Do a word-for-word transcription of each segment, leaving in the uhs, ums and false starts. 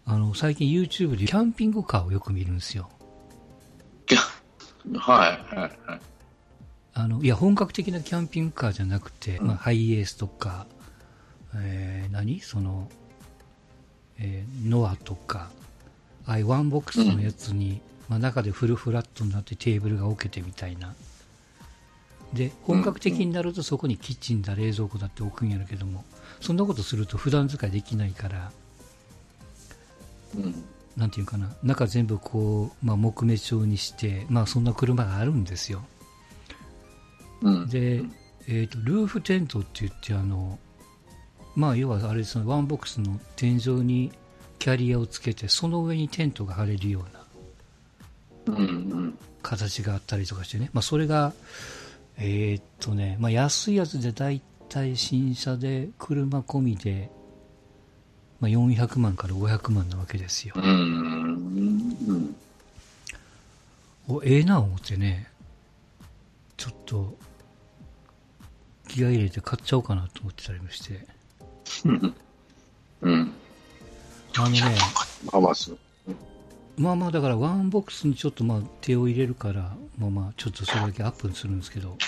あの、最近 YouTube でキャンピングカーをよく見るんですよ。 はい、はい、はい。 あの、いや、本格的なキャンピングカーじゃなくて、 うん、 まあ、ハイエースとか、えー、何その、えー、ノアとか、ああいうワンボックスのやつに、うん、まあ、中でフルフラットになってテーブルが置けてみたいな。で、本格的になるとそこにキッチンだ、冷蔵庫だって置くんやるけども、そんなことすると普段使いできないから、 うん、 なんていうかな、中全部こう、まあ、木目調にして、まあ、そんな車があるんですよ。 うん、 で、えーと、ルーフテントって言って、あの、まあ、要はあれですね、ワンボックスの天井にキャリアをつけて、その上にテントが張れるような形があったりとかしてね、まあ、それが、えーっとね、まあ、安いやつでだいたい新車で車込みで、まあ、よんひゃくまんからごひゃくまんなわけですよ。 うん、 お、ええな思ってね、ちょっと気合い入れて買っちゃおうかなと思ってたりもして。 うん。 あのね、まあまあだからワンボックスにちょっとまあ手を入れるから、まあまあちょっとそれだけアップするんですけど、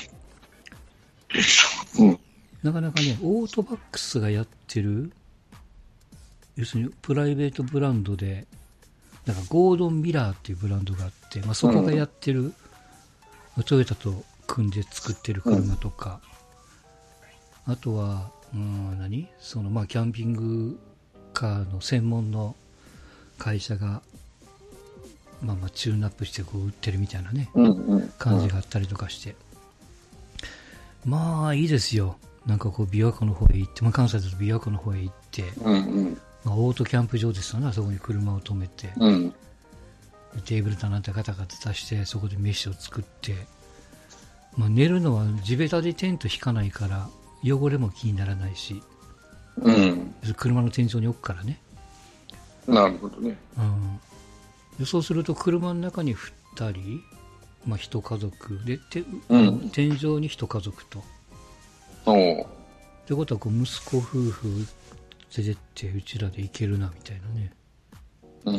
うん、 なかなかね、オートバックスがやってる、要するにプライベートブランドで、なんかゴードンミラーっていうブランドがあって、まあ、そこがやってる、うん、トヨタと組んで作ってる車とか、うん、あとは、うん、何そのまあキャンピングカーの専門の会社が、まあまあチューンアップしてこう売ってるみたいなね、 うんうん、 感じがあったりとかして、まあいいですよ。なんかこう琵琶湖の方へ行って、まあ、関西だと琵琶湖の方へ行って、 うんうん、 まあ、オートキャンプ場ですよね、そこに車を止めて、 うん、 テーブルだなんてガタガタ出してそこで飯を作って、まあ、寝るのは地べたでテント引かないから汚れも気にならないし、 うん、 車の天井に置くからね。 なるほどね。 うん、でそうすると車の中にふたり、まあ、いち家族でて、うん、天井にいち家族と。 おってことはこう息子夫婦連れてうちらで行けるなみたいなね。 うん、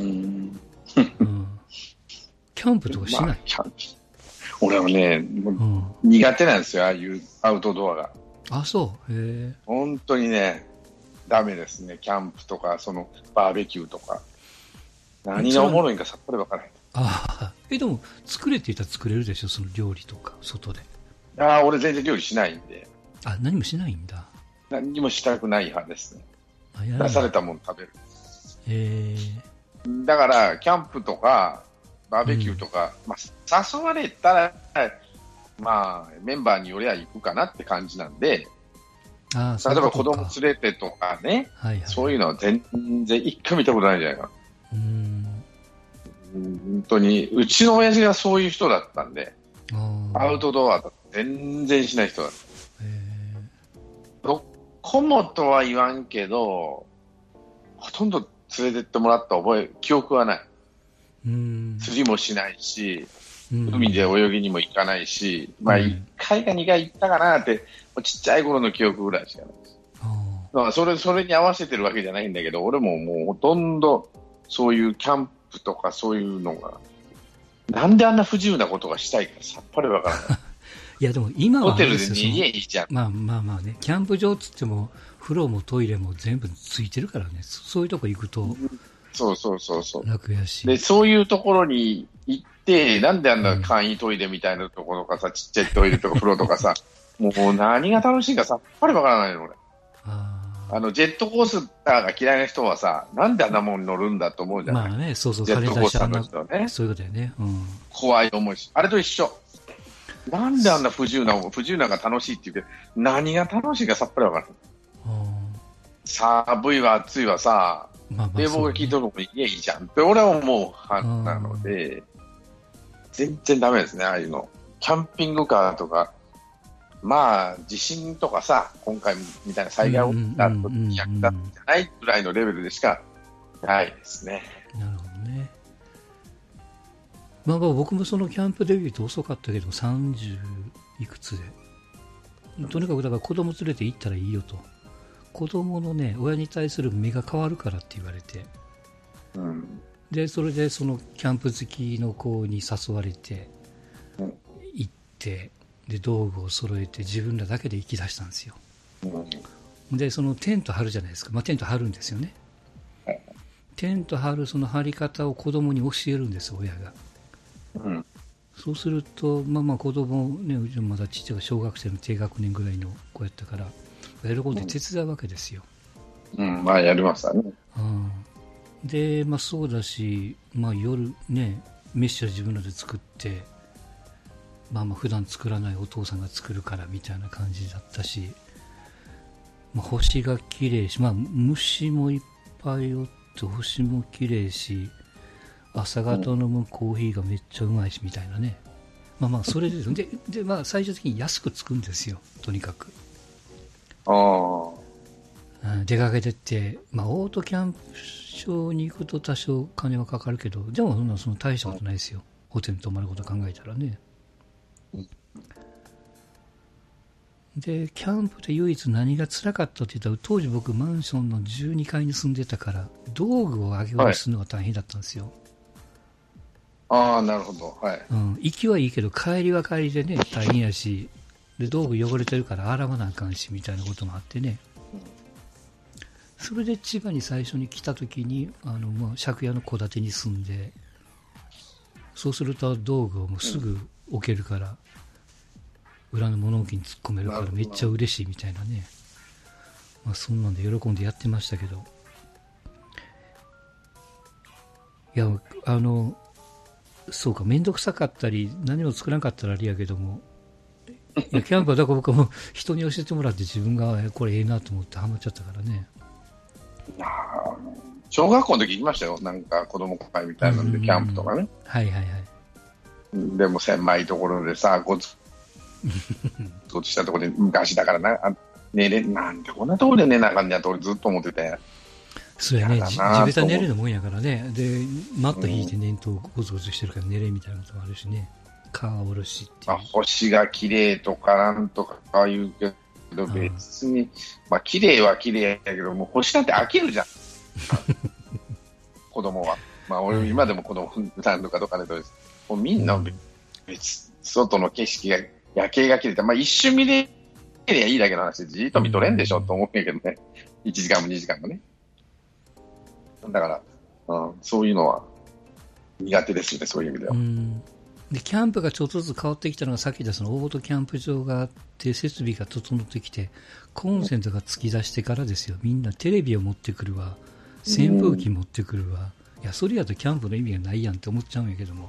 うん、キャンプとかしない、まあ、 俺はね、うん、苦手なんですよ、ああいうアウトドアが。 あ、そう。へえ。 本当にね、ダメですね。キャンプとか、そのバーベキューとか。何がおもろいんかさっぱりわからない。 ああ、え、でも、作れって言ったら作れるでしょ、その料理とか、外で。 ああ、俺全然料理しないんで。 あ、何もしないんだ。 何にもしたくない派ですね。 あ、や出されたもの食べる。 へえ。 だから、キャンプとか、バーベキューとか、うん、まあ、誘われたら、まあ、メンバーによりゃ行くかなって感じなんで、 ああ、 例えば子供連れてとかね、 はいはい、 そういうのは全然一回見たことないんじゃないかな。 うーん、 本当に、うちの親父がそういう人だったんで、アウトドアと全然しない人だった。どこもとは言わんけど、ほとんど連れてってもらった覚え、記憶はない。 うーん、 釣りもしないし、 うん、 海で泳ぎにも行かないし、まあいっかいかにかい行ったかなって、ちっちゃい頃の記憶ぐらいしかないです。だからそれ、それに合わせてるわけじゃないんだけど、俺ももうほとんどそういうキャンプとかそういうのが、なんであんな不自由なことがしたいかさっぱりわからない。 いやでも今はホテルでに家いいじゃん。 まあまあまあね、キャンプ場っつっても風呂もトイレも全部ついてるからね、そういうとこ行くとそうそうそうそう楽やし。 で、そういうところに行って、なんであんな簡易トイレみたいなところとかさ、うん、ちっちゃいトイレとか風呂とかさ、もう何が楽しいかさっぱりわからないの俺。ああのジェットコースターが嫌いな人はさ、なんであんなもんに乗るんだと思うじゃない。 まあね、そうそう、 ジェットコースターの人はね。 そういうことだよね。うん、 怖い思いし、あれと一緒。なんであんな不自由な、不自由なのが楽しいって言って、何が楽しいかさっぱりわからない。寒いわ暑いわさ、まあまあ、冷房が効いてるのもいいじゃんって俺は思う派なので、全然ダメですね、ああいうの。キャンピングカーとか、まあ地震とかさ、今回みたいな災害が起きた時に役立つんじゃないぐらいのレベルでしかないですね。 なるほどね。まあ、僕もそのキャンプデビューって遅かったけどさんじゅういくつで、とにかくだから子供連れて行ったらいいよと、子供のね親に対する目が変わるからって言われて、 うん、 でそれでそのキャンプ好きの子に誘われて行って、で道具を揃えて自分らだけで行き出したんですよ。うん、でそのテント張るじゃないですか、まあ、テント張るんですよね。テント張るその張り方を子供に教えるんです親が。うん、そうすると、まあまあ子供ね、うちまだ父が小学生の低学年ぐらいの子やったから喜んで手伝うわけですよ。 うん、うん、まあやりましたね。 うん、で、まあそうだし、まあ夜ね、飯は自分らで作って、まあまあ普段作らないお父さんが作るからみたいな感じだったし、まあ、星が綺麗し、まあ虫もいっぱいおって星も綺麗し、朝方飲むコーヒーがめっちゃうまいしみたいなね。まあまあそれででで、まあ、最終的に安くつくんですよ、とにかく。 ああ、出かけてって、まあ、オートキャンプ場に行くと多少金はかかるけど、でもそんなその大したことないですよ、ホテルに泊まること考えたらね。でキャンプで唯一何が辛かったって言ったら、当時僕マンションのじゅうにかいに住んでたから道具を上げ下ろすのが大変だったんですよ。 はい、ああ、なるほど、はい、 うん、行きはいいけど帰りは帰りでね大変やし、で道具汚れてるから洗わなあかんしみたいなこともあってね。それで千葉に最初に来た時にあの、まあ、借家の戸建てに住んで、そうすると道具をもうすぐ置けるから、裏の物置に突っ込めるからめっちゃ嬉しいみたいなね。まあ、そんなんで喜んでやってましたけど、いやあのそうか、面倒くさかったり何も作らなかったらあれやけども、いやキャンプはだから僕も人に教えてもらって自分がこれええなと思ってハマっちゃったからね。 小学校の時行きましたよ、なんか子供会みたいなんで、キャンプとかね。 はいはいはい。 でも狭いところでさ、ゴツゴツしたところで、昔だからな、寝れなんでこんなところで寝なあかんねやと俺ずっと思ってて。 そうやね、地べた寝れるもんやからね。でマット引いて寝んとゴツゴツしてるから寝れみたいなこともあるしね。皮おろしっていう、 あ、星が綺麗とかなんとか言うけど、別に、まあ綺麗は綺麗やけど、もう星なんて飽きるじゃん子供は。まあ俺今でも子供何度かとかね、もうみんな別、外の景色が夜景が綺麗で、まあ一瞬見れりゃいいだけの話でじーっと見とれんでしょと思うんやけどね、いちじかんもにじかんもね。だから、うん、そういうのは苦手ですね、そういう意味では。 うんでキャンプがちょっとずつ変わってきたのが、さっき言ったそのオートキャンプ場があって設備が整ってきてコンセントが突き出してからですよ。みんなテレビを持ってくるわ、扇風機持ってくるわ、いやそれやとキャンプの意味がないやんって思っちゃうんやけども、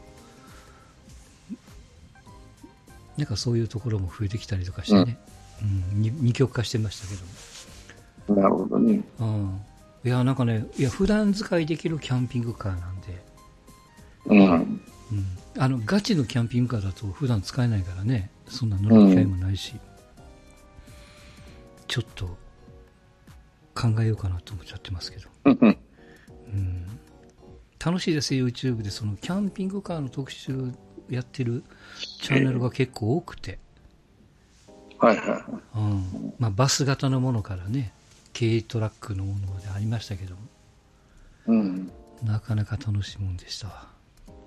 なんかそういうところも増えてきたりとかしてね、うん、に二極化してましたけども。なるほどね。 うん、いやなんかね、いや普段使いできるキャンピングカーなんで、 うん、 うんあのガチのキャンピングカーだと普段使えないからね、そんな乗る機会もないし、うん、ちょっと考えようかなと思っちゃってますけど、うん、楽しいですよ。 YouTube でそのキャンピングカーの特集やってるチャンネルが結構多くて、 はいはいはい、 うんまあ、バス型のものからね軽トラックのものまでありましたけども、 うん、 なかなか楽しいもんでしたわ。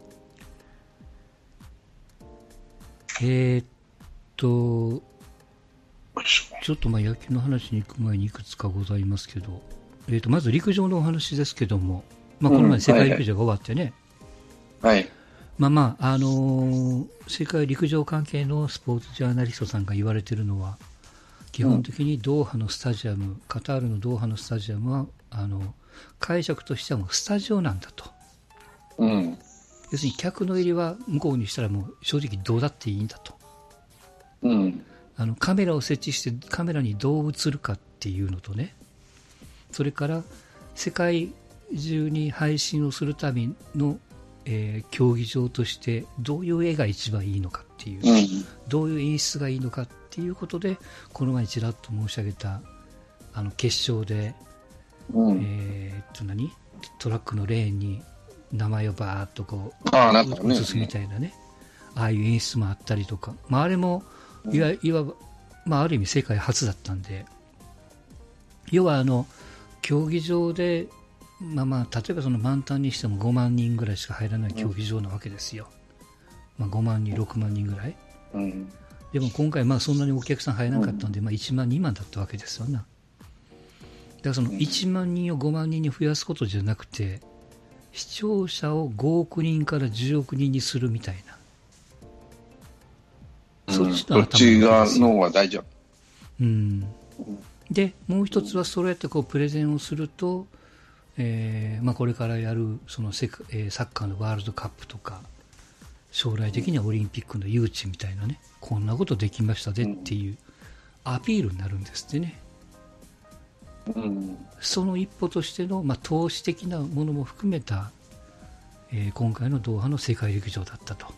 えー、っとちょっとまあ野球の話に行く前にいくつかございますけど、えー、っとまず陸上のお話ですけども、まあ、この前世界陸上が終わってね、 うんはいはい、 まあまああのー、世界陸上関係のスポーツジャーナリストさんが言われているのは、基本的にドーハのスタジアム、うん、カタールのドーハのスタジアムはあの解釈としてはもうスタジオなんだと、 うん、 要するに客の入りは向こうにしたらもう正直どうだっていいんだと、 うん、 あのカメラを設置してカメラにどう映るかっていうのとね、それから世界中に配信をするための、えー、競技場としてどういう絵が一番いいのかっていう、うん、どういう演出がいいのかっていうことで、この前ちらっと申し上げたあの決勝で、うん、えー、っと何トラックのレーンに名前をバーッとこう映すみたいなね、ああいう演出もあったりとか、まあ、あれもいわいわば、まあ、ある意味世界初だったんで、要はあの競技場でまあまあ、例えばその満タンにしてもごまんにんぐらいしか入らない競技場なわけですよ。まあ、ごまんにん、ろくまんにんぐらい。 うん、 でも今回、まあそんなにお客さん入らなかったんで、うん、まあいちまん、にまんだったわけですよな。だからそのいちまんにんをごまんにんに増やすことじゃなくて、視聴者をごおくにんからじゅうおくにんにするみたいな。 うん、そっちの頭の方が大丈夫。 うん。で、もう一つはそうやってこうプレゼンをすると、えーまあ、これからやるそのセカ、えー、サッカーのワールドカップとか、将来的にはオリンピックの誘致みたいなね、こんなことできましたでっていうアピールになるんですってね。 うん、 その一歩としての、まあ、投資的なものも含めた、えー、今回のドーハの世界陸上だったと。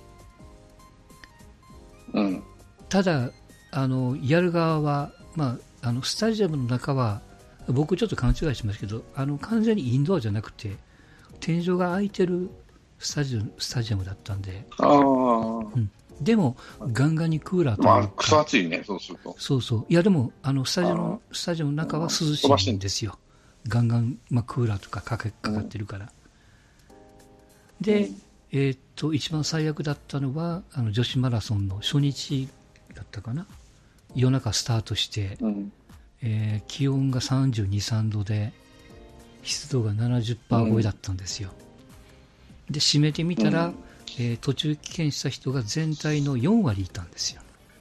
うん、 ただあの、やる側は、まあ、あのスタジアムの中は、僕ちょっと勘違いしますけど、あの完全にインドアじゃなくて、天井が開いてるスタジアム、スタジアムだったんで、 あ、うん、 でも、ガンガンにクーラーというか、まあ、くそ暑いね、そうすると。 そうそう。いや、でも、あの、スタジオの、スタジオの中は涼しいんですよ。ガンガン、まあ、クーラーとかかかかかってるから。うん、で、えー、っと、一番最悪だったのは、あの、女子マラソンの初日だったかな。夜中スタートして、うん、えー、気温がさんじゅうに、さんどで、湿度が ななじゅっパーセント 超えだったんですよ。うん、で、締めてみたら、うんえー、途中棄権した人が全体のよんわりいたんですよ。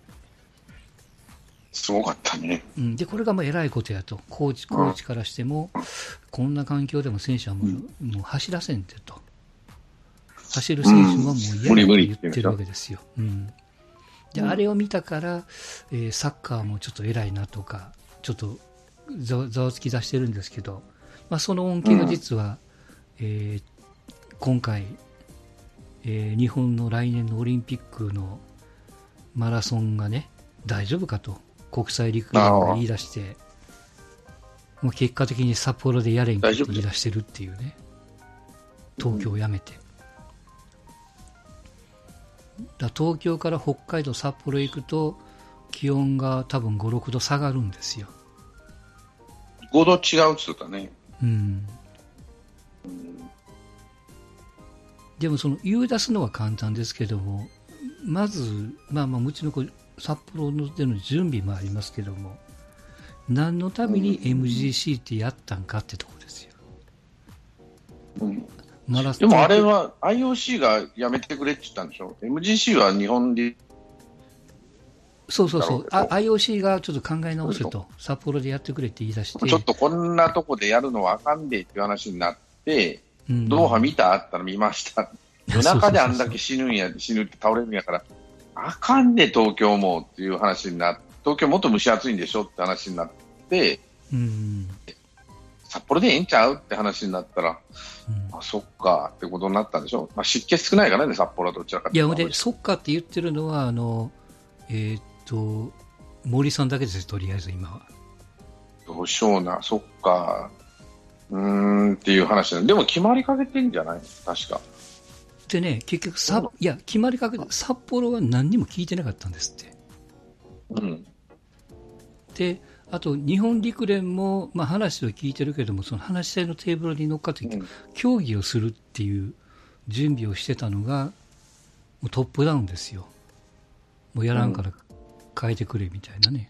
すごかったね。 うん、でこれがまあ偉いことやと、コーチ、コーチからしても、うん、こんな環境でも選手はもう、うん、もう走らせんてと、走る選手はもう嫌だと言ってるわけですよ。うん、であれを見たから、えー、サッカーもちょっと偉いなとか、ちょっとざわつき出してるんですけど、まあ、その恩恵が実は、うんえー、今回、えー、日本の来年のオリンピックのマラソンがね、大丈夫かと国際陸連が言い出して、もう結果的に札幌でやれんかって言い出してるっていうね、東京をやめて。だ東京から北海道、札幌行くと、気温が多分ご、ろくど下がるんですよ。 ごど違うっつうかね。 うん。でもその言い出すのは簡単ですけども、まず、まあまあもちろんこう札幌での準備もありますけども、何のために エムジーシー ってやったんかってところですよ。 うん、マラでもあれは アイオーシー がやめてくれって言ったんでしょ。 エムジーシー は日本でそうそうそう、アイオーシー がちょっと考え直せと、札幌でやってくれって言い出して、 ちょっとこんなとこでやるのはあかんでっていう話になって、うん、ドーハ見たあったら見ました。夜中であんだけ死ぬんや、死ぬって倒れるんやから、あかんで東京もっていう話になって、東京もっと蒸し暑いんでしょって話になって、 うん、 札幌でええんちゃうって話になったら、うん、あそっかってことになったんでしょう。まあ、湿気少ないからね、札幌はどちらかというと。 いや、で、そっかって言ってるのは、あの、えー、っと、森さんだけですよ、とりあえず今は。 どうしような、そっか、うーんっていう話で、でも決まりかけてんじゃない確か。 でね、結局さ、いや、決まりかけて、札幌は何にも聞いてなかったんですって。 うん。 で、あと、日本陸連も、まあ話を聞いてるけども、その話し合いのテーブルに乗っかって、うん、協議をするっていう準備をしてたのが、もうトップダウンですよ。もうやらんから変えてくれみたいなね。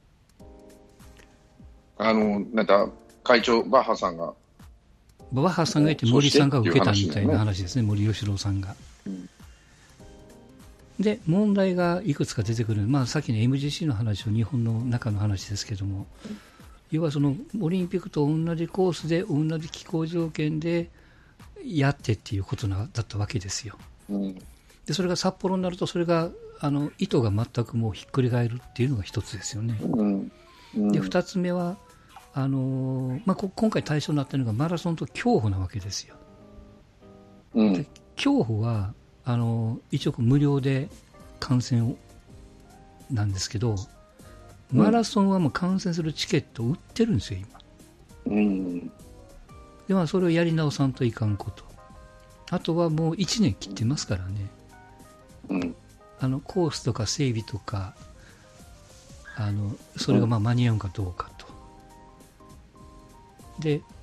うん、あの、なんか、会長、バッハさんが、 バッハさんがいて森さんが受けたみたいな話ですね、森喜朗さんが。うん、で、問題がいくつか出てくる、まあ、さっきの エムジーシー の話は日本の中の話ですけども、うん、要はそのオリンピックと同じコースで、同じ気候条件でやってっていうことなだったわけですよ。うん、でそれが札幌になると、それがあの意図が全くもうひっくり返るっていうのが一つですよね。うんうん、で二つ目はあのーまあ、今回対象になっているのがマラソンと競歩なわけですよ。うん、で競歩はあのー、一応無料で観戦なんですけど、マラソンはもう観戦するチケットを売ってるんですよ今。うん、でまあそれをやり直さんといかんこと。あとはもういちねん切ってますからね。うん、あのコースとか整備とかあのそれがまあ間に合うかどうかと。で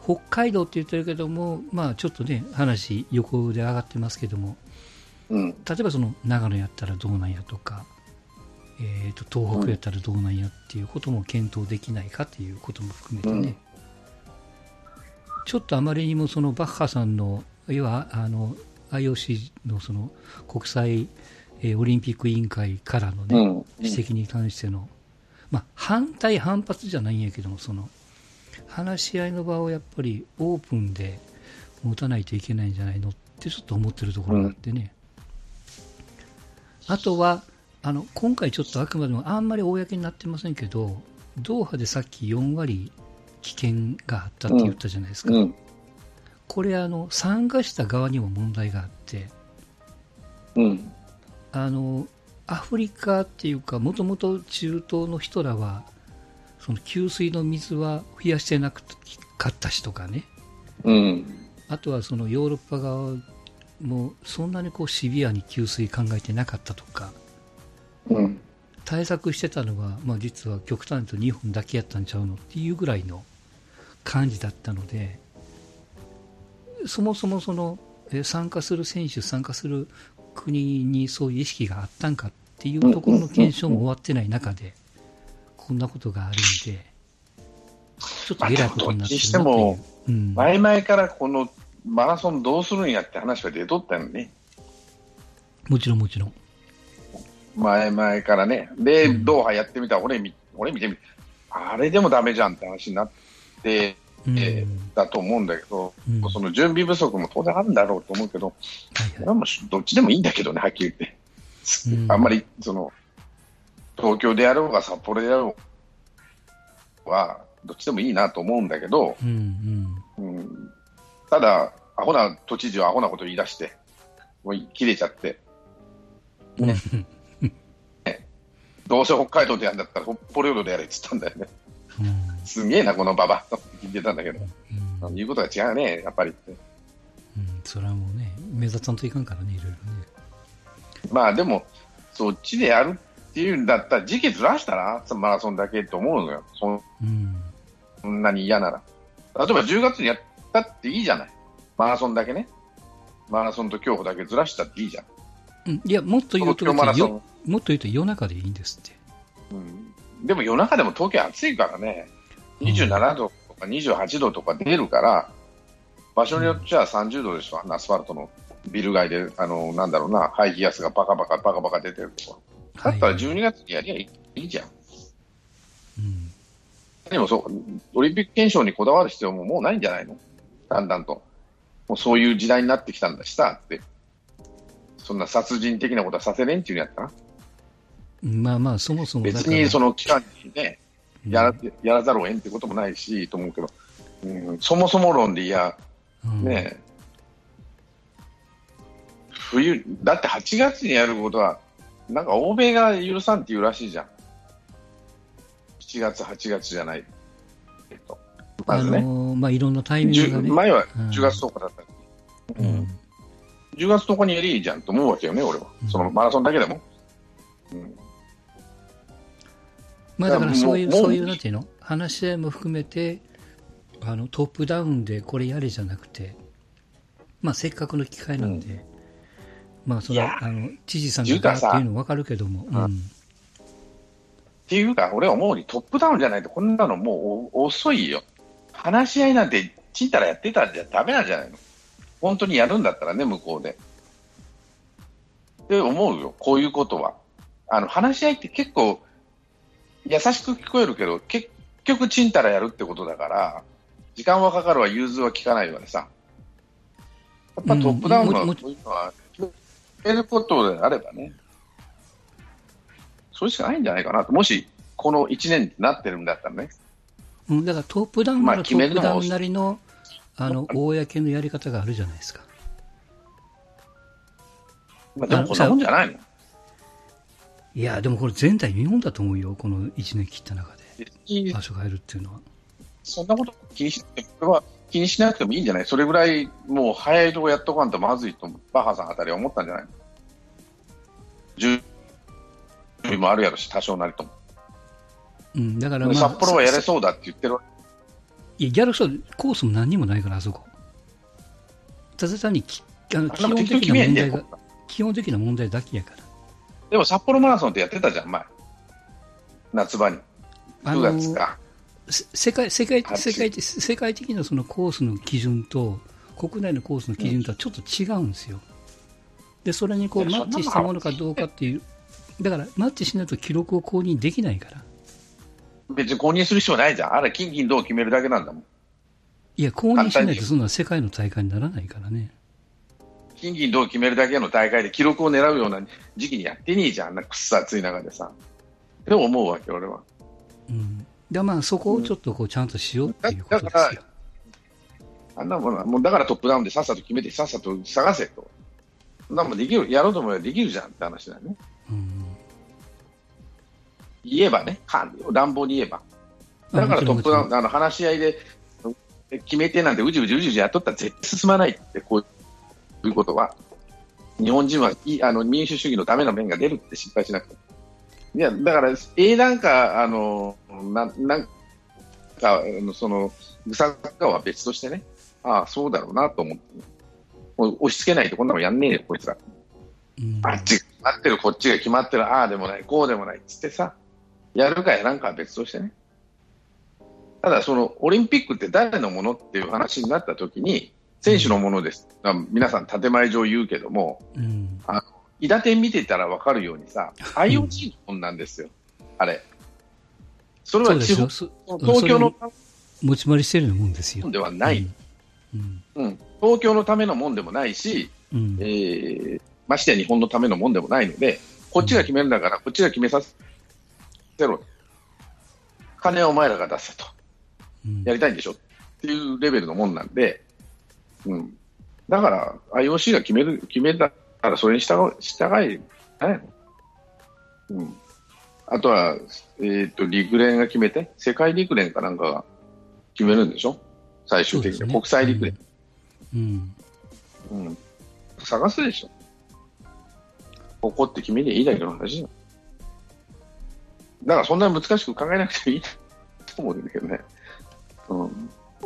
北海道って言ってるけども、まあ、ちょっとね、話、横で上がってますけども、 うん、 例えばその長野やったらどうなんやとか、えー、と東北やったらどうなんやっていうことも検討できないかっていうことも含めてね、うん、ちょっとあまりにもそのバッハさんの、要はあの アイオーシー のその国際、えー、オリンピック委員会からのね、うん、指摘に関しての、まあ、反対、反発じゃないんやけども、その話し合いの場をやっぱりオープンで持たないといけないんじゃないのってちょっと思ってるところがあってね、うん、あとはあの今回ちょっとあくまでもあんまり公になってませんけど、ドーハでさっきよん割危険があったって言ったじゃないですか、うんうん、これあの参加した側にも問題があって、 うん、 あのアフリカっていうかもともと中東の人らはその給水の水は増やしてなかったしとかね、 うん、 あとはそのヨーロッパ側もそんなにこうシビアに給水考えてなかったとか、 うん、 対策してたのは、まあ、実は極端にと日本だけやったんちゃうのっていうぐらいの感じだったので、そもそもその参加する選手、参加する国にそういう意識があったんかっていうところの検証も終わってない中でこんなことがあるんで、ちょっとえらいことになってるなという、まあ、どっちにしても、 前々からこのマラソンどうするんやって話が出とったよね。 もちろんもちろん前々からね。で、うん、ドーハやってみたら俺見、俺見てみあれでもダメじゃんって話になって、うんえー、だと思うんだけど、うん、その準備不足も当然あるんだろうと思うけど、はいはい、もどっちでもいいんだけどね、はっきり言って。うん、あんまりその東京でやろうが札幌でやろうはどっちでもいいなと思うんだけど、 うんうんうん、ただアホな都知事はアホなこと言い出してもう切れちゃって、ねね、どうせ北海道でやるんだったら北方領土でやれって言ったんだよね、うん、すげえなこのババと聞いてたんだけど、うん、言うことが違うねやっぱりって、 うん、それはもうね目立たんといかんからねいろいろね。 まあでもそっちでやるっていうんだったら時期ずらしたらマラソンだけと思うのよ、そん、うん、そんなに嫌なら。例えばじゅうがつにやったっていいじゃない、マラソンだけね、マラソンと競歩だけずらしたっていいじゃん、 うん、いやもっと言うともっと言うと夜中でいいんですって、 うん、でも夜中でも東京暑いからね、にじゅうななどとかにじゅうはちどとか出るから、場所によっちゃさんじゅうどでしょ、うん、アスファルトのビル街であのなんだろうな排気ガスがバカバカバカバカ出てるところだったらじゅうにがつにやりゃいいじゃん、うん、でもそうオリンピック憲章にこだわる必要ももうないんじゃないの、だんだんともうそういう時代になってきたんだしさって、そんな殺人的なことはさせれんっていうんやったら、 まあまあそもそも別にその期間にねや ら,、うん、やらざるを得んってこともないしと思うけど、うん、そもそも論でいや、うん、ねえ冬だってはちがつにやることはなんか欧米が許さんっていうらしいじゃん、しちがつはちがつじゃない、えっと、まずね、 あのーまあ、いろんなタイミングがね前はじゅうがつとおかだった、うんうん、じゅうがつとおかにやりいいじゃんと思うわけよね俺は、うん、そのマラソンだけでも、うん、 まあ、だからそういうそういうなんていうの話し合いも含めてあのトップダウンでこれやれじゃなくて、まあ、せっかくの機会なんで、うんまあ、そのあの知事さんがっていうの分かるけども、うん、 っていうか俺は思うにトップダウンじゃないとこんなのもう遅いよ、話し合いなんてちんたらやってたんじゃダメなんじゃないの、本当にやるんだったらね向こうでって思うよ、こういうことはあの話し合いって結構優しく聞こえるけど結局ちんたらやるってことだから時間はかかるわ融通は効かないわでさ、やっぱトップダウンのこういうのはやることであればね、それしかないんじゃないかなと、もしこのいちねんになってるんだったらね、 うん、だからトップダウンならトップダウンなりの、あの公のやり方があるじゃないですか、 まあ、でもこんなもんじゃないの、 いやでもこれ前代未聞だと思うよ、このいちねん切った中で場所が変えるっていうのは。そんなこと気にしなくてこれは気にしなくてもいいんじゃない、それぐらいもう早いとこやっとかんとまずいとバッハさんあたりは思ったんじゃないの、準備もあるやろし多少なりとも、 うん、だから、まあ、 札幌はやれそうだって言ってるわいや、ギャラクシーコースも何にもないから、あそこ。ただ単にきあの基本的な問題が、基本的な問題だけやから。 でも札幌マラソンってやってたじゃん、前。夏場に。くがつか。 世界、世界、世界、世界的なそのコースの基準と、国内のコースの基準とはちょっと違うんですよ。で、それにこうマッチしたものかどうかっていう、だからマッチしないと記録を公認できないから。 別に公認する必要ないじゃん。あれ、金銀銅を決めるだけなんだもん。 いや、公認しないとそんな世界の大会にならないからね。 金銀銅を決めるだけの大会で記録を狙うような時期にやってねえじゃん。あんなくっさ暑い中でさ。でも思うわけ、俺は。 うん。で、まあ、そこをちょっとこう、ちゃんとしようっていうことですよ。だから、 あんなものは、もうだからトップダウンでさっさと決めて、さっさと探せと。なんもできる、やろうと思えばできるじゃんって話だよね。うん、言えばね、乱暴に言えば。だからトップダウン、あの話し合いで決めてなんてうじうじうじうじやっとったら絶対進まないって、こういうことは。日本人はいあの民主主義のための面が出るって心配しなくて。いや、だから、英断か、あの、ななんか、その、ぐさかは別としてね、ああ、そうだろうなと思って、ね、押し付けないとこんなのやんねえよ、こいつら。うん、あっちが決まってる、こっちが決まってる、ああでもない、こうでもないっつってさ、やるかやらんかは別としてね。ただ、その、オリンピックって誰のものっていう話になったときに、選手のものです。うん、皆さん建前上言うけども、うん、あの伊達天見てたら分かるようにさ、アイオージー のもんなんですよ、あれ。それは地方、東京の持ち回りしてるもんですよ。 ではない、うんうん。東京のためのもんでもないし、うんえー、ましてや日本のためのもんでもないので、こっちが決めるんだから、こっちが決めさせろ。金はお前らが出せと。うん、やりたいんでしょっていうレベルのもんなんで、うん、だから アイオーシー が決める、決めたらそれに従う、従い、ねうん、あとは、えーと、陸連が決めて、世界陸連かなんかが決めるんでしょ最終的に、ね、国際陸連、うんうんうん、探すでしょここって決めりゃいいだけの話じゃん。だからそんなに難しく考えなくていいと思うんだけどね、うん、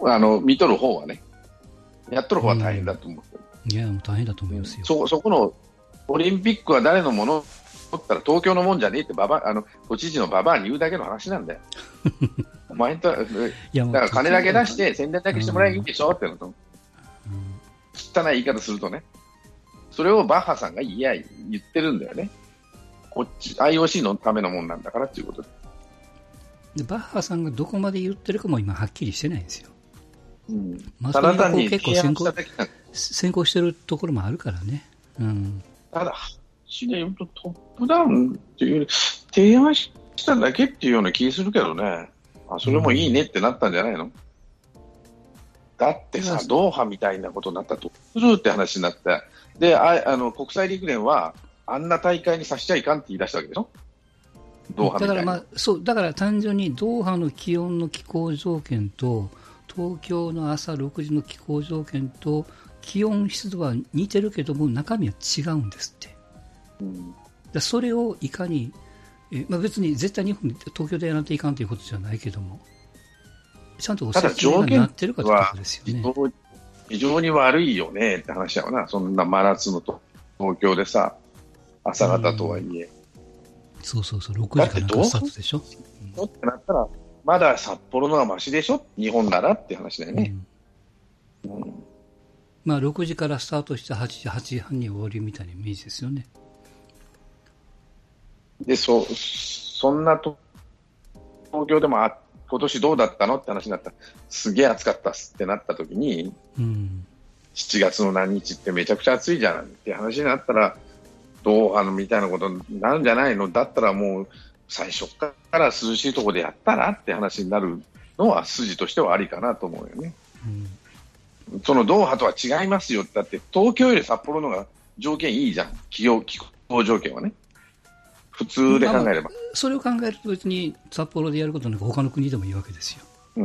あの見とる方はね、やっとる方は大変だと思う、 うん、いや、もう大変だと思いますよ。 そ, そこのオリンピックは誰のものだったら東京のもんじゃねえってババあの都知事のババアに言うだけの話なんだよ。お前とだから金だけ出して宣伝だけしてもらえばいいんでしょってのと、うん、汚い言い方するとね、それをバッハさんがいや言ってるんだよね。こっち アイオーシー のためのもんなんだからっていうことで。 でバッハさんがどこまで言ってるかも今はっきりしてないんですよ。 うん、マスコミがこう結構先行先行してるところもあるからね。うん、 ただ、私で言うとトップダウンっていう提案しただけっていうような気するけどね。あ、それもいいねってなったんじゃないの？うん、だってさ、ドーハみたいなことになったとするって話になって、で、ああの国際陸連はあんな大会にさせちゃいかんって言い出したわけでしょ。ドーハみたいな。 だからまあそうだから単純にドーハの気温の気候条件と東京の朝ろくじの気候条件と気温湿度は似てるけども中身は違うんですって、うん、だそれをいかに、え、まあ、別に絶対日本東京でやらないといかんということじゃないけどもちゃんと説明がなってるかということですよね。 非常に悪いよねって話だよな。そんな真夏のと東京でさ朝方とはいえ、 うん、そうそうそうろくじからスタートでしょ、 うん、ってなったらまだ札幌のはマシでしょ日本ならって話だよね、 うんうん、まあろくじからスタートしてはちじはちじはんに終わりみたいなイメージですよね。 で そ, そんなと東京でもあ今年どうだったのって話になったらすげえ暑かったっすってなった時に、うん、しちがつの何日ってめちゃくちゃ暑いじゃんって話になったらどうあのみたいなことになるんじゃないの。だったらもう最初から涼しいところでやったらって話になるのは筋としてはありかなと思うよね、うん、そのドーハとは違いますよ。だって東京より札幌の方が条件いいじゃん。気候、気候条件はね普通で考えれば、まあ、 それを考えると別に札幌でやることなく他の国でもいいわけですよ、 うん、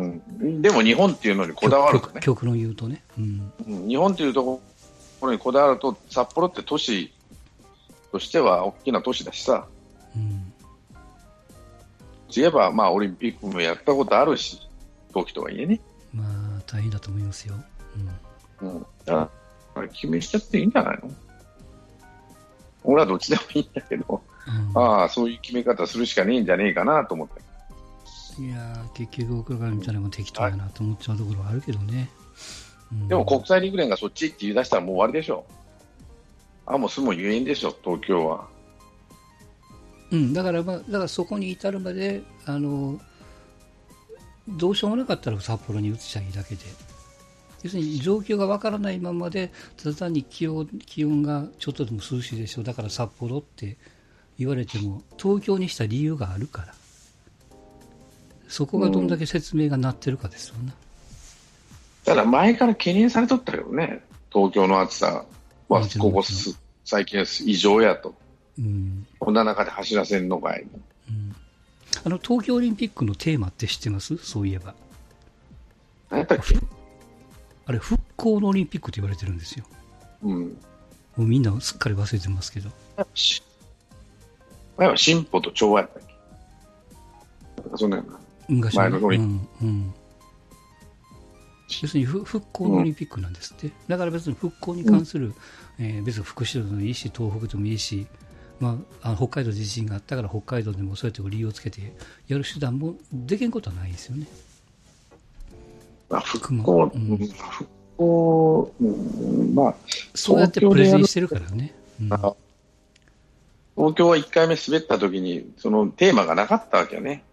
でも日本っていうのにこだわるとね、 極論言うとね、うんうん、日本っていうところにこだわると札幌って都市としては大きな都市だしさ、うん言えば、まあ、オリンピックもやったことあるし冬季とはいえね、 まあ大変だと思いますよ。 うん。うん。だから、決めしちゃっていいんじゃないの？俺はどっちでもいいんだけど、うん、ああ、そういう決め方するしかねえんじゃねえかなと思って。 いやー、結局僕らから見たらも適当やなと思っちゃうところはあるけどね。うん、 でも国際陸連がそっちって言い出したらもう終わりでしょ。あ、もう住むゆえんでしょ、東京は。 うん、だから、まあ、だからそこに至るまで、あの、どうしようもなかったら札幌に移っちゃいいだけで。要するに状況がわからないままで、ただ単に気温、気温がちょっとでも涼しいでしょ、だから札幌って言われても、東京にした理由があるから。そこがどんだけ説明がなってるかですよね。 ただ前から懸念されとったけどね、東京の暑さはここ最近は異常やと、うん、こんな中で走らせんのかい、 うん、あの東京オリンピックのテーマって知ってます？そういえば何やったっけ？ あれ復興のオリンピックと言われてるんですよ、うん、もうみんなすっかり忘れてますけど、 前は進歩と調和やったっけ？そんなような昔はね、うんうん、要するに復興のオリンピックなんですって、うん、だから別に復興に関する、うんえー、別に福島でもいいし東北でもいいし、まあ、あの北海道地震があったから北海道でもそうやって理由をつけてやる手段もできんことはないんですよね。 まあ、復興、うん、復興、うん、まあそうやってプレゼンしてるからね、うん、 東京はいっかいめ滑った時にそのテーマがなかったわけよね。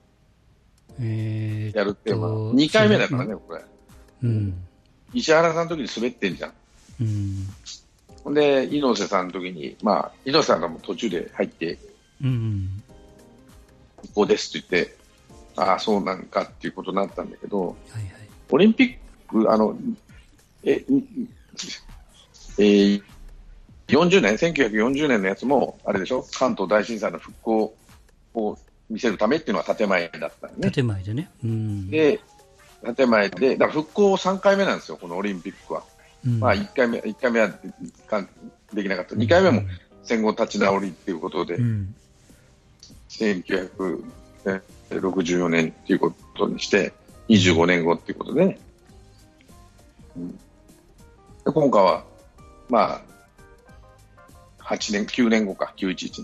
えー、やるテーマにかいめだからね、これ、うん、石原さんの時に滑ってんじゃん、うん、ほんで猪瀬さんの時に、まあ、猪瀬さんがもう途中で入って、うん、ここですって言って、ああそうなんかっていうことになったんだけど、はいはい、オリンピックあのえ、えー、よんじゅうねんせんきゅうひゃくよんじゅうねんのやつもあれでしょ、関東大震災の復興を見せるためっていうのは建前だったよね。 建前でね。うん、 で、建前で、だから復興さんかいめなんですよ、このオリンピックは。うん、まあいっかいめ、いっかいめはできなかった。にかいめも戦後立ち直りっていうことで、うん、せんきゅうひゃくろくじゅうよねんっていうことにして、にじゅうごねんごっていうことで、ね、うん、で今回は、まあ、はちねん、きゅうねんごか、きゅういちいち。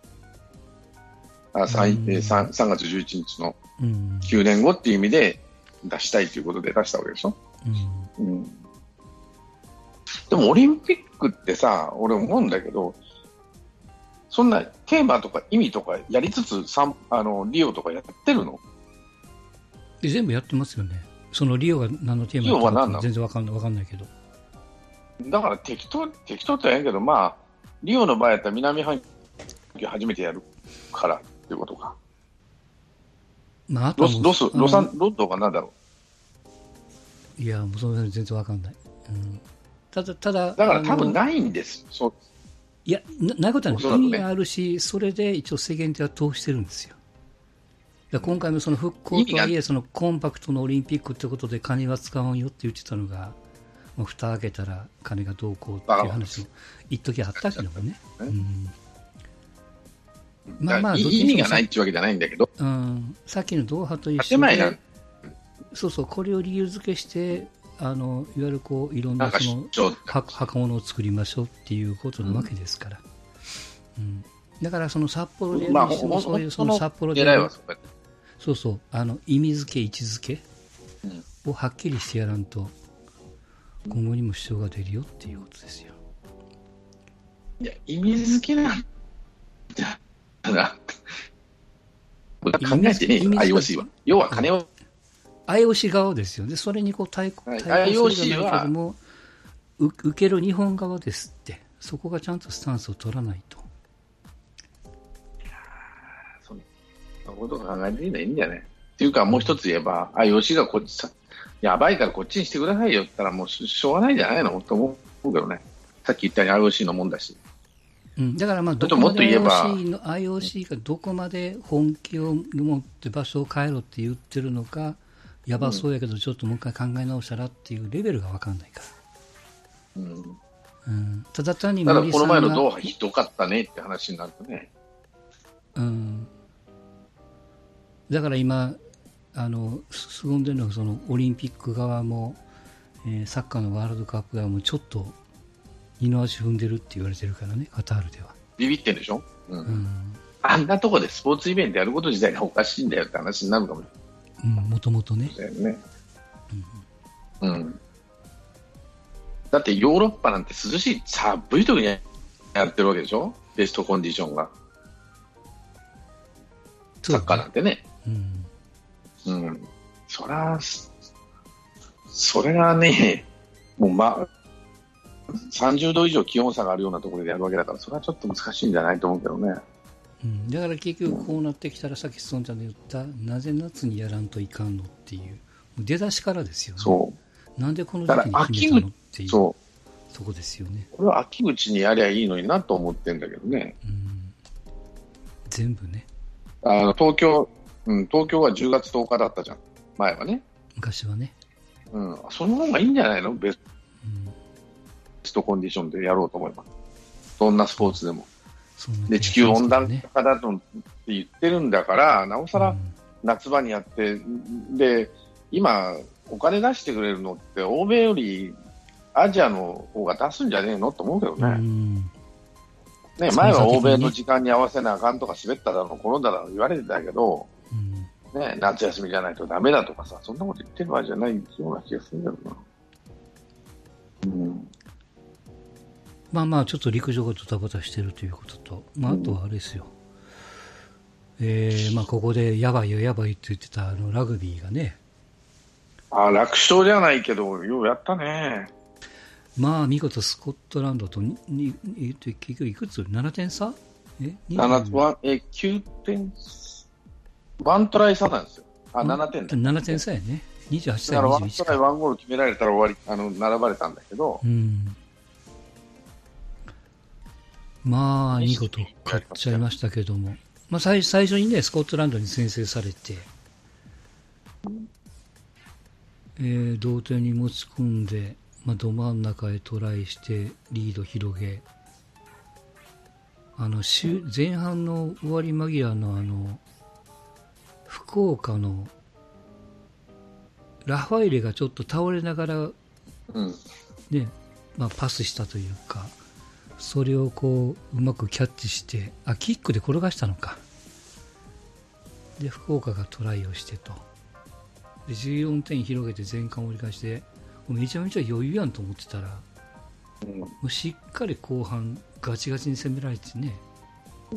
あ 3, えー、3, さんがつじゅういちにちのきゅうねんごっていう意味で出したいということで出したわけでしょ、うんうん、でもオリンピックってさ、俺思うんだけど、そんなテーマとか意味とかやりつつあのリオとかやってるの？ 全部やってますよね。そのリオが何のテーマか全然わかんない、わかんないけど、 だから適当適当って言うんやけど、まあリオの場合やったら南半球初めてやるからということか。まあ、あとはロス、ロス、ロサン、ロッドが何だろう。いや、もうその辺全然わかんない。うん、ただ、ただ、 だから多分ないんです。そう。 いや、なないことは意味があるし、それで一応世間体は通してるんですよ。だ今回もその復興とはいえ、そのコンパクトのオリンピックということで金は使わんよって言ってたのが、もう蓋開けたら金がどうこうっていう話も一時あったけどもね。うんまあまあ、意味がないっていうわけじゃないんだけど、 うん、さっきのドーハと一緒で、そうそう、これを理由付けして、あのいわゆるこういろんなその墓物を作りましょうっていうことなわけですから、うんうん、だからその札幌でやるにしても、そういうその札幌でやる、そうそう、あの意味付け、位置づけをはっきりしてやらんと、今後にも支障が出るよっていうことですよ。 いや、意味付けなんじゃ考えてねえよ、アイオーシー は。要は金を。 アイオーシー 側ですよね。それにこう対抗するじゃないけども、受ける日本側ですって。そこがちゃんとスタンスを取らないと。 いやー、そんなこと考えていないんじゃないっていうか、もう一つ言えば、アイオーシー がこっちさ、やばいからこっちにしてくださいよって言ったら、もうしょうがないんじゃないのと思うけどね。さっき言ったように アイオーシー のもんだし。 うん、だからまあどこまで アイオーシー の アイオーシー がどこまで本気を持って場所を変えろって言ってるのか、やばそうやけどちょっともう一回考え直したらっていうレベルが分かんないから、うんうん、ただ単に森さんが、ただこの前のドーハひどかったねって話になるとね、 うん、だから今あの凄んでるのはそのオリンピック側も、えー、サッカーのワールドカップ側もちょっと二の足踏んでるって言われてるからね、カタールでは。 ビビってんでしょ、うんうん、 あんなとこでスポーツイベントやること自体がおかしいんだよって話になるかもしれない。もともとね。 ね、うんうん、だってヨーロッパなんて涼しい寒い時にやってるわけでしょ、ベストコンディションが。サッカーなんてね。うん。うん。そら、それがね、もうま、さんじゅうど以上気温差があるようなところでやるわけだから、それはちょっと難しいんじゃないと思うけどね。 うん、だから結局こうなってきたら、さっき孫ちゃんの言った、なぜ夏にやらんといかんのっていう、出だしからですよね。 そう。 なんでこの時期に決めたのっていう。 そう。 そこですよね。 これは秋口にやりゃいいのになと思ってんだけどね。 うん。全部ね。 あの東京、うん、東京はじゅうがつとおかだったじゃん、前はね。 昔はね。 うん、その方がいいんじゃないの、ベストコンディションでやろうと思えば。どんなスポーツでも。で、地球温暖化だとって言ってるんだから、なおさら夏場にやって、で、今、お金出してくれるのって、欧米よりアジアの方が出すんじゃねえのと思うけどね。うんね、前は欧米の時間に合わせなあかんとか滑っただろう、転んだだろう言われてたけど、うんね、夏休みじゃないとダメだとかさ、そんなこと言ってる場合じゃないような気がするんだよな。うん、 まあまあ、ちょっと陸上がドタバタしてるということと、まあ、あとはあれですよ。うん、えー、まあ、ここでやばいよ、やばいって言ってたあのラグビーがね。 あ、楽勝じゃないけど、ようやったね。 まあ見事スコットランドとににに結局いくつ ?なな 点差えななえきゅうてんワントライ差なんですよ。あ、ななてんだ。 ななてん差やね。にじゅうはちたいにじゅういちか。 だからワントライワンゴール決められたら終わり、あの並ばれたんだけど、 うん、まあ見事勝っちゃいましたけども、まあ、最, 最初にねスコットランドに先制されて、えー、同点に持ち込んで、まあ、ど真ん中へトライしてリード広げ、あの前半の終わり間際のあの福岡のラファエレがちょっと倒れながら、うんねまあ、パスしたというか、それをこううまくキャッチして、あキックで転がしたのかで福岡がトライをしてと、でじゅうよんてん広げて前半折り返して、めちゃめちゃ余裕やんと思ってたら、うん、もうしっかり後半ガチガチに攻められてね、うん、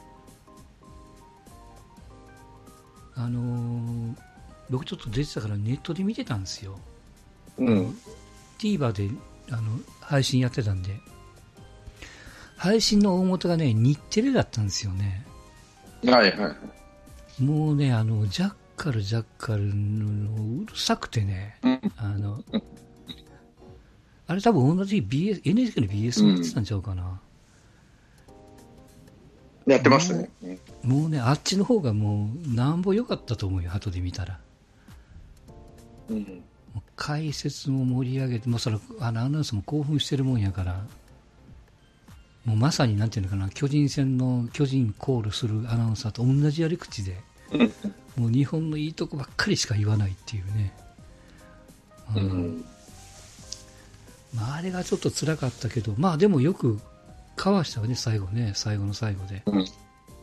あのー、僕ちょっと出てたからネットで見てたんですよ、うん、TVer であの配信やってたんで、配信の大元がね日テレだったんですよね。 はいはい。 もうねあのジャッカルジャッカルのうるさくてね、うん、あのあれ多分同じ ビーエス エヌエイチケー の ビーエス もやってたんちゃうかな、 うん、やってますね。 もう、もうねあっちの方がもうなんぼ良かったと思うよ、後で見たら、うん、もう解説も盛り上げて、もうそれあのアナウンスも興奮してるもんやから、もうまさになんていうのかな、巨人戦の巨人コールするアナウンサーと同じやり口で、もう日本のいいとこばっかりしか言わないっていうね、うんうんまあ、あれがちょっと辛かったけど、まあでもよくかわしたわね、最後ね、最後の最後で、うんうん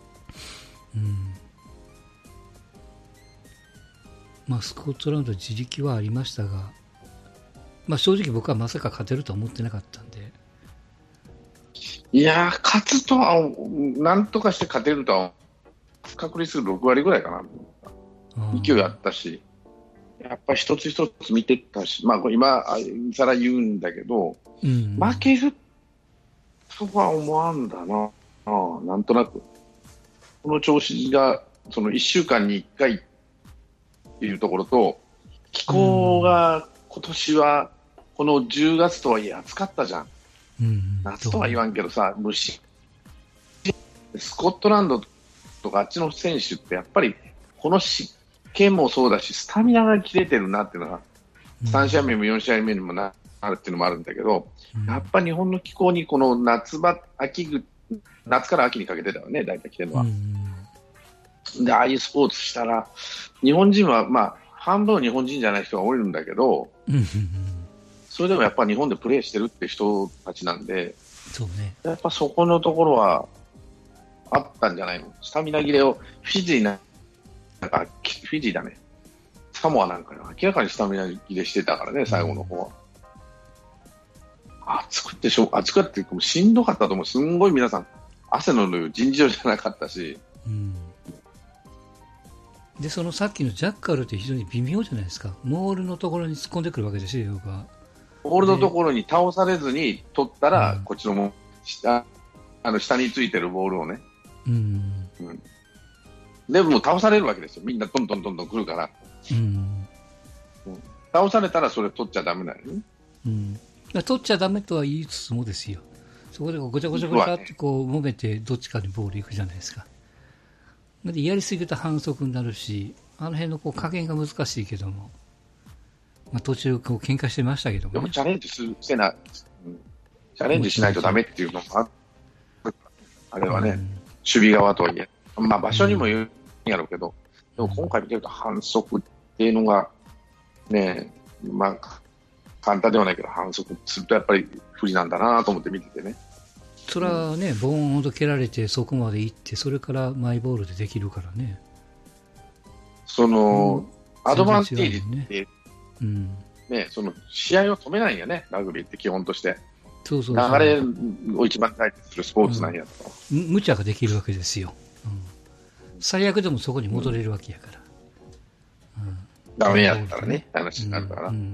まあ、スコットランド自力はありましたが、まあ、正直僕はまさか勝てるとは思ってなかったんで、 いやー勝つとはなんとかして勝てるとは確率ろくわりぐらいかな、勢いあったし、やっぱり一つ一つ見てたし、まあ、今さら言うんだけど、うん、負けるとは思わんだな、あなんとなくこの調子がそのいっしゅうかんにいっかいっていうところと、気候が今年はこのじゅうがつとはいえ暑かったじゃん、うん、夏とは言わんけどさ、虫スコットランドとかあっちの選手ってやっぱりこの湿気もそうだしスタミナが切れてるなっていうのが、うん、さん試合目もよん試合目にもなるっていうのもあるんだけど、うん、やっぱ日本の気候にこの夏場秋夏から秋にかけてだよね、大体来てるのは、うん、 で、ああいうスポーツしたら、日本人は、まあ、半分日本人じゃない人が多いんだけど、それでもやっぱ日本でプレーしてるって人たちなんで、 そうね。 やっぱそこのところはあったんじゃないの。スタミナ切れを、フィジーな、なんか、フィジーだね。サモアなんか明らかにスタミナ切れしてたからね、最後の方は。暑くてしょ、暑くてしんどかったと思う。すんごい皆さん、汗の量尋常じゃなかったし。 うん、で、そのさっきのジャッカルって非常に微妙じゃないですか。モールのところに突っ込んでくるわけですよ、僕は。 モールのところに倒されずに取ったら、うん、こっちのも下、あの下についてるボールをね。 うんうん、でも倒されるわけですよ。みんなどんどんどんどん来るから。 うんうん、倒されたらそれ取っちゃダメだよね。 うん、取っちゃダメとは言いつつもですよ。そこでごちゃごちゃごちゃってこう揉めてどっちかにボール行くじゃないですか。でやりすぎると反則になるし、あの辺のこう加減が難しいけども、まあ、途中こう喧嘩してましたけども、ね、 でもチャレンジすせな、うん、チャレンジしないとダメっていうのがあれはね、うん、守備側とはいえ、まあ場所にも言うんやろうけど、うん、でも今回見てると反則っていうのがね、まあ簡単ではないけど反則するとやっぱり不利なんだなと思って見ててね。 それはね、うん、ボーンと蹴られてそこまで行ってそれからマイボールでできるからね。その、うん、アドバンテージって、ねうんね、その試合を止めないんやね、ラグビーって基本として。 そうそうそう流れを一番大切にするスポーツなんやと、 うん、無茶ができるわけですよ、うん、最悪でもそこに戻れるわけやから、 うんうん、ダメやったらね、話になるから、うん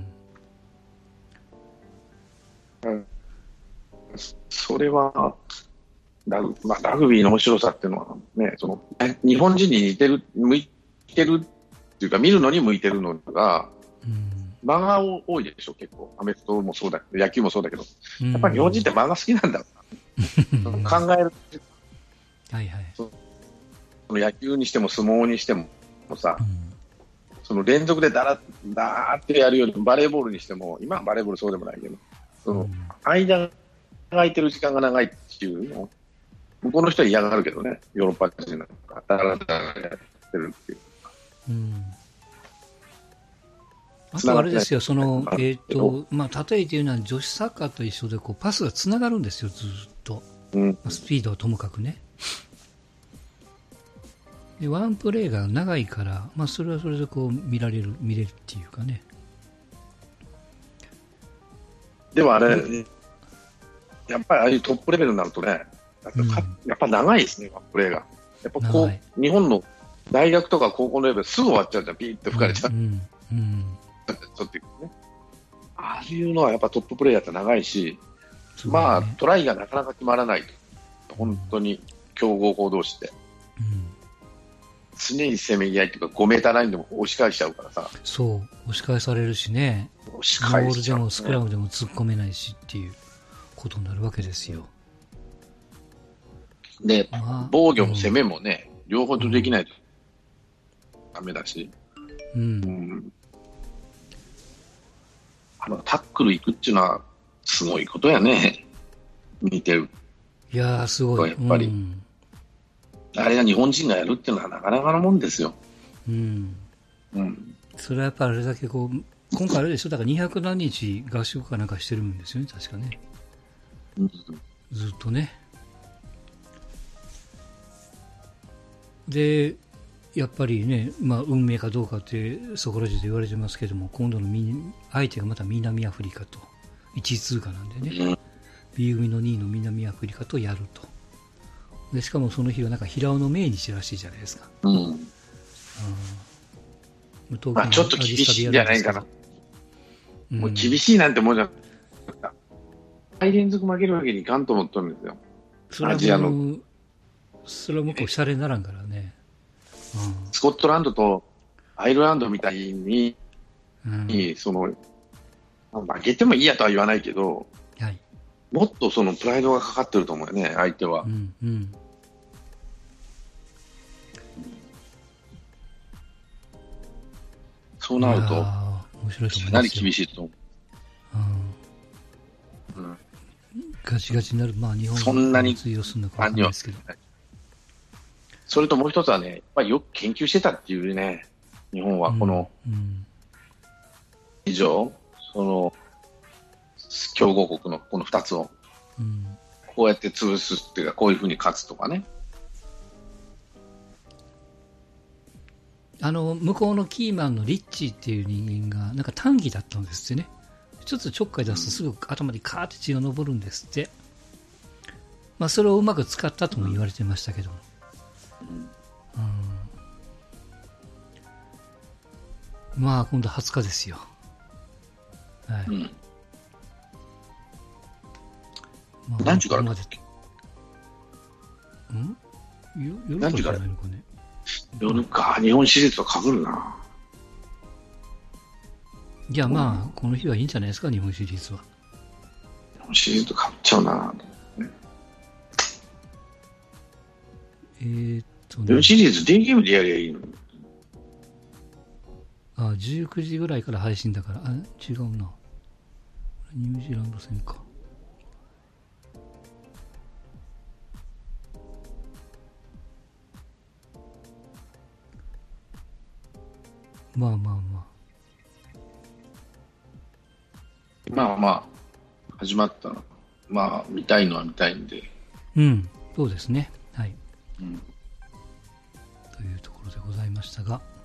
うん、それはラグ、まあ、ラグビーの面白さっていうのは、ね、その日本人に似てる、向いてるっていうか、見るのに向いてるのが、うん漫画多いでしょ、結構。アメフトもそうだけど、野球もそうだけど。やっぱり日本人って漫画好きなんだろうな。考える。 はいはい。 その野球にしても相撲にしてもさ、うん、その連続でだら、だーってやるよりもバレーボールにしても、今はバレーボールそうでもないけど、その間が空いてる時間が長いっていうのを、向こうの人は嫌がるけどね、ヨーロッパ人なんか、だらだらやってるっていう。うんあとあれですよ、その、えっと、まあ、例えて言うのは女子サッカーと一緒で、こう、パスがつながるんですよ、ずっと。うん、スピードはともかくね。で、ワンプレーが長いから、まあ、それはそれでこう、見られる、見れるっていうかね。 でもあれ、うん、やっぱりああいうトップレベルになるとね、うん、やっぱ長いですね、ワンプレーが。やっぱこう、日本の大学とか高校のレベルすぐ終わっちゃうじゃん、ピーって吹かれちゃう。うんうんうんっていうね、ああいうのはやっぱトッププレーヤーって長いし、ね、まあトライがなかなか決まらないと、本当に強豪校同士で、うん、常にせめぎ合いというかごメーターラインでも押し返しちゃうからさ。 そう押し返されるしね、押し返しちゃう、ね、ボールでもスクラムでも突っ込めないしっていうことになるわけですよ。 で、まあ、防御も攻めもね、うん、両方とできないとダメだし、うんうんタックル行くっていうのはすごいことやね、見てる。 いやーすごい。 やっぱり、うん、あれが日本人がやるっていうのはなかなかのもんですよ。 うんうん、それはやっぱりあれだけこう今回あれでしょ、だからにひゃくなんにち合宿かなんかしてるんですよね、確かね、うん、ずっとね。でやっぱりね、まあ、運命かどうかってそこら中で言われてますけども、今度の相手がまた南アフリカといちい通過なんでね、B 組のにいの南アフリカとやると。でしかもその日はなんか平尾の命日らしいじゃないですか。うんうん、 まあ、ちょっと厳しいんじゃないかな、うん、もう厳しいなんてもんじゃなかった。はい連続負けるわけにいかんと思ってるんですよ。 それはもうアジアのそれはもうこうシャレにならんからね。 スコットランドとアイルランドみたいに、うん、その負けてもいいやとは言わないけど、はい、もっとそのプライドがかかってると思うよね、相手は。うんうん、そうなると、 面白いと思いますよ。 かなり厳しいと思う。 うんうん、ガチガチになる、まあ日本が通用するのかわかんないですけど。 そそれともう一つはね、まあ、よく研究してたっていうね、日本はこの、以上、その、強豪国のこの二つを、こうやって潰すっていうか、こういうふうに勝つとかね。 あの、向こうのキーマンのリッチーっていう人間が、なんか短技だったんですってね。一つちょっかい出すとすぐ頭にカーって血が上るんですって。まあ、それをうまく使ったとも言われてましたけども。うん、まあ、今度はつかですよ。はい。うん、 まあ、何時からだっけ？ ん？夜からじゃないのかね。 夜か、日本シリーズとかぶるな。 いや、まあ、この日はいいんじゃないですか、日本シリーズは。 日本シリーズとかぶっちゃうな。 えーっとね。 日本シリーズ、デーゲームでやりゃいいの。 あ、じゅうくじぐらいから配信だから、あ、違うな。ニュージーランド戦か。まあまあまあ。 まあまあ、始まったら、まあ、見たいのは見たいんで。 うん、そうですね。はい。 うん、 というところでございましたが。